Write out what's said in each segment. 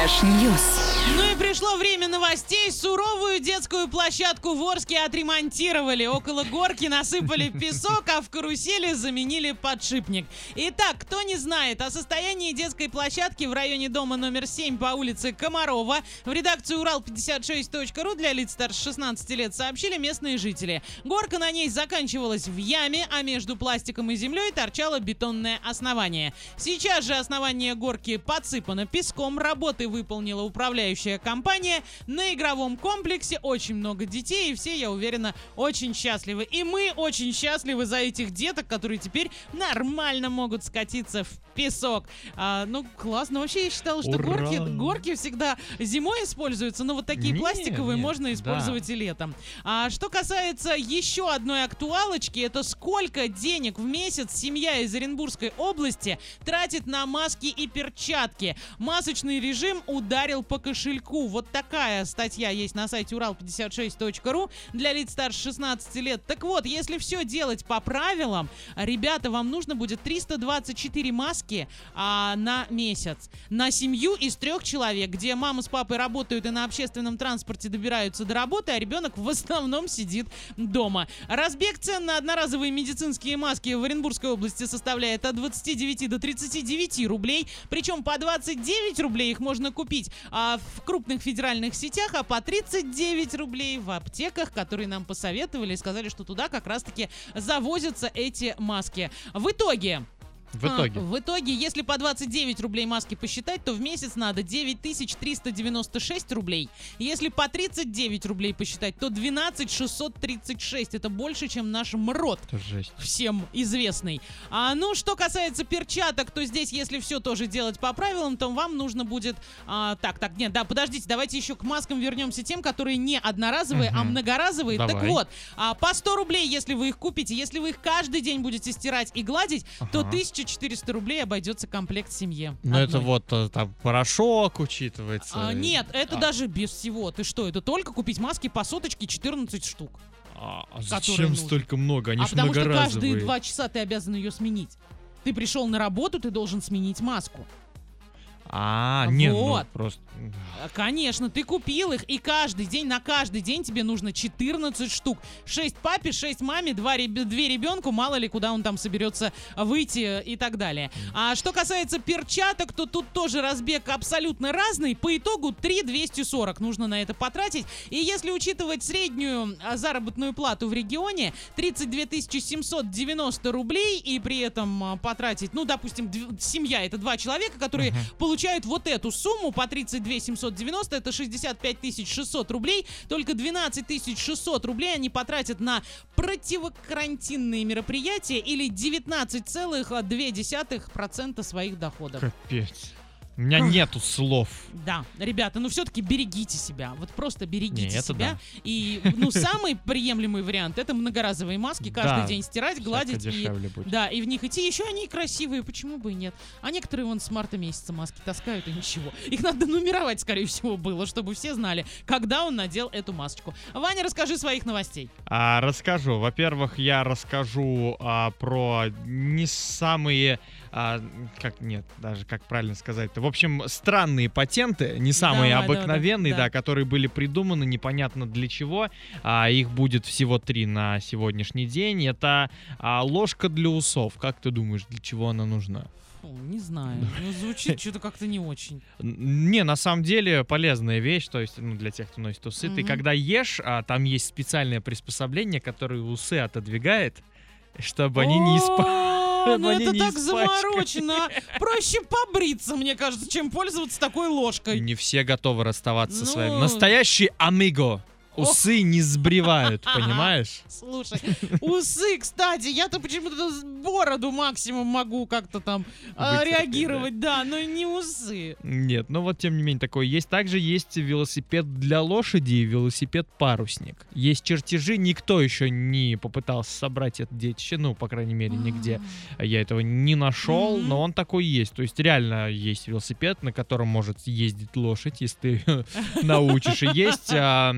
Фреш Ньюс. Ну и пришло время новостей. Суровую детскую площадку в Орске отремонтировали. Около горки насыпали песок, а в карусели заменили подшипник. Итак, кто не знает о состоянии детской площадки в районе дома номер 7 по улице Комарова, в редакцию Урал56.ру для лиц старше 16 лет сообщили местные жители. Горка на ней заканчивалась в яме, а между пластиком и землей торчало бетонное основание. Сейчас же основание горки подсыпано песком, работы выполнила управляющая компания. На игровом комплексе очень много детей, и все, я уверена, очень счастливы. И мы очень счастливы за этих деток, которые теперь нормально могут скатиться в песок. Ну, классно. Вообще, я считала, что горки всегда зимой используются, но вот такие пластиковые можно использовать и летом. Что касается еще одной актуалочки, это сколько денег в месяц семья из Оренбургской области тратит на маски и перчатки. Масочный режим ударил по кошельку. Вот такая статья есть на сайте Урал56.ру для лиц старше 16 лет. Так вот, если все делать по правилам, ребята, вам нужно будет 324 маски на месяц. На семью из 3 человек, где мама с папой работают и на общественном транспорте добираются до работы, а ребенок в основном сидит дома. Разбег цен на одноразовые медицинские маски в Оренбургской области составляет от 29 до 39 рублей. Причем по 29 рублей их можно купить в крупных федеральных сетях, а по 39 рублей в аптеках, которые нам посоветовали и сказали, что туда как раз-таки завозятся эти маски. В итоге, если по 29 рублей маски посчитать, то в месяц надо 9396 рублей. Если по 39 рублей посчитать, то 12636. Это больше, чем наш МРОТ. Всем известный. Что касается перчаток, то здесь, если все тоже делать по правилам, то вам нужно будет... подождите, давайте еще к маскам вернемся тем, которые не одноразовые, а многоразовые. Давай. Так вот, по 100 рублей, если вы их купите, если вы их каждый день будете стирать и гладить, то 1400 рублей обойдется комплект семье. Но это там порошок учитывается. Нет, это даже без всего. Ты что, это только купить маски по соточке 14 штук. Зачем столько много? Они же потому что многоразовые. каждые 2 часа ты обязан ее сменить. Ты пришел на работу, ты должен сменить маску. Просто... Конечно, ты купил их, и на каждый день тебе нужно 14 штук. 6 папе, 6 маме, 2 ребенку, мало ли куда он там соберется выйти и так далее. А что касается перчаток, то тут тоже разбег абсолютно разный. По итогу 3240 нужно на это потратить. И если учитывать среднюю заработную плату в регионе, 32 790 рублей, и при этом потратить, допустим, семья, это 2 человека, которые получают вот эту сумму по 32 790, это 65 600 рублей. Только 12 600 рублей они потратят на противокарантинные мероприятия или 19,2% своих доходов. Капец. У меня нету слов. Да, ребята, все-таки берегите себя. Вот просто берегите себя. Да. И, самый приемлемый вариант — это многоразовые маски. Каждый день стирать, гладить. И в них идти. Еще они красивые, почему бы и нет. А некоторые вон с марта месяца маски таскают, и ничего. Их надо нумеровать, скорее всего, было, чтобы все знали, когда он надел эту масочку. Ваня, расскажи своих новостей. Расскажу. Во-первых, я расскажу про не самые... как правильно сказать-то? В общем, странные патенты, не самые обыкновенные, которые были придуманы непонятно для чего. Их будет всего 3 на сегодняшний день. Это ложка для усов. Как ты думаешь, для чего она нужна? Не знаю. Звучит что-то как-то не очень. На самом деле полезная вещь, то есть для тех, кто носит усы. Ты когда ешь, там есть специальное приспособление, которое усы отодвигает, чтобы они не испачкались. Это так заморочено. Проще побриться, мне кажется, чем пользоваться такой ложкой. Не все готовы расставаться со своим. Настоящий амиго. Усы не сбривают, понимаешь? Слушай, усы, кстати, я-то почему-то бороду максимум могу как-то там реагировать, да, но не усы. Нет, тем не менее такое есть. Также есть велосипед для лошади и велосипед-парусник. Есть чертежи, никто еще не попытался собрать это детище, по крайней мере, нигде я этого не нашел, но он такой есть. То есть реально есть велосипед, на котором может ездить лошадь, если ты научишь. И есть велосипед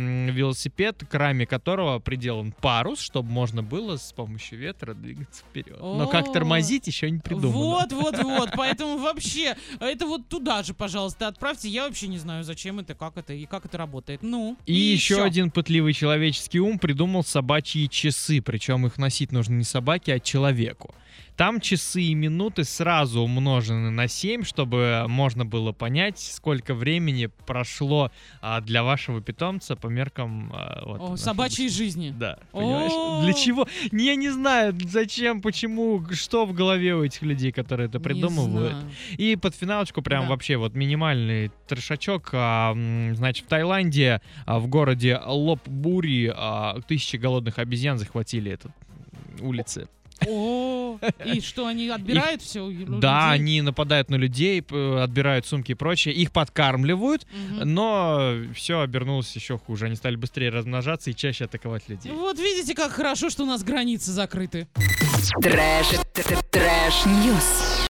велосипед, к раме которого приделан парус, чтобы можно было с помощью ветра двигаться вперед. Но как тормозить еще не придумано. Вот. Поэтому вообще, это вот туда же, пожалуйста, отправьте. Я вообще не знаю, зачем это, и как это работает. Ну, и еще один пытливый человеческий ум придумал собачьи часы. Причем их носить нужно не собаке, а человеку. Там часы и минуты сразу умножены на 7, чтобы можно было понять, сколько времени прошло для вашего питомца по меркам собачьей жизни. Да, понимаешь? Для чего? Я не знаю, зачем, почему, что в голове у этих людей, которые это придумывают. И под финалочку прям вообще вот минимальный трешачок. Значит, в Таиланде, в городе Лопбури, 1000 голодных обезьян захватили улицы. И что, они отбирают все? Да, они нападают на людей, отбирают сумки и прочее, их подкармливают, но все обернулось еще хуже. Они стали быстрее размножаться и чаще атаковать людей. Вот видите, как хорошо, что у нас границы закрыты. Трэш-ньюс.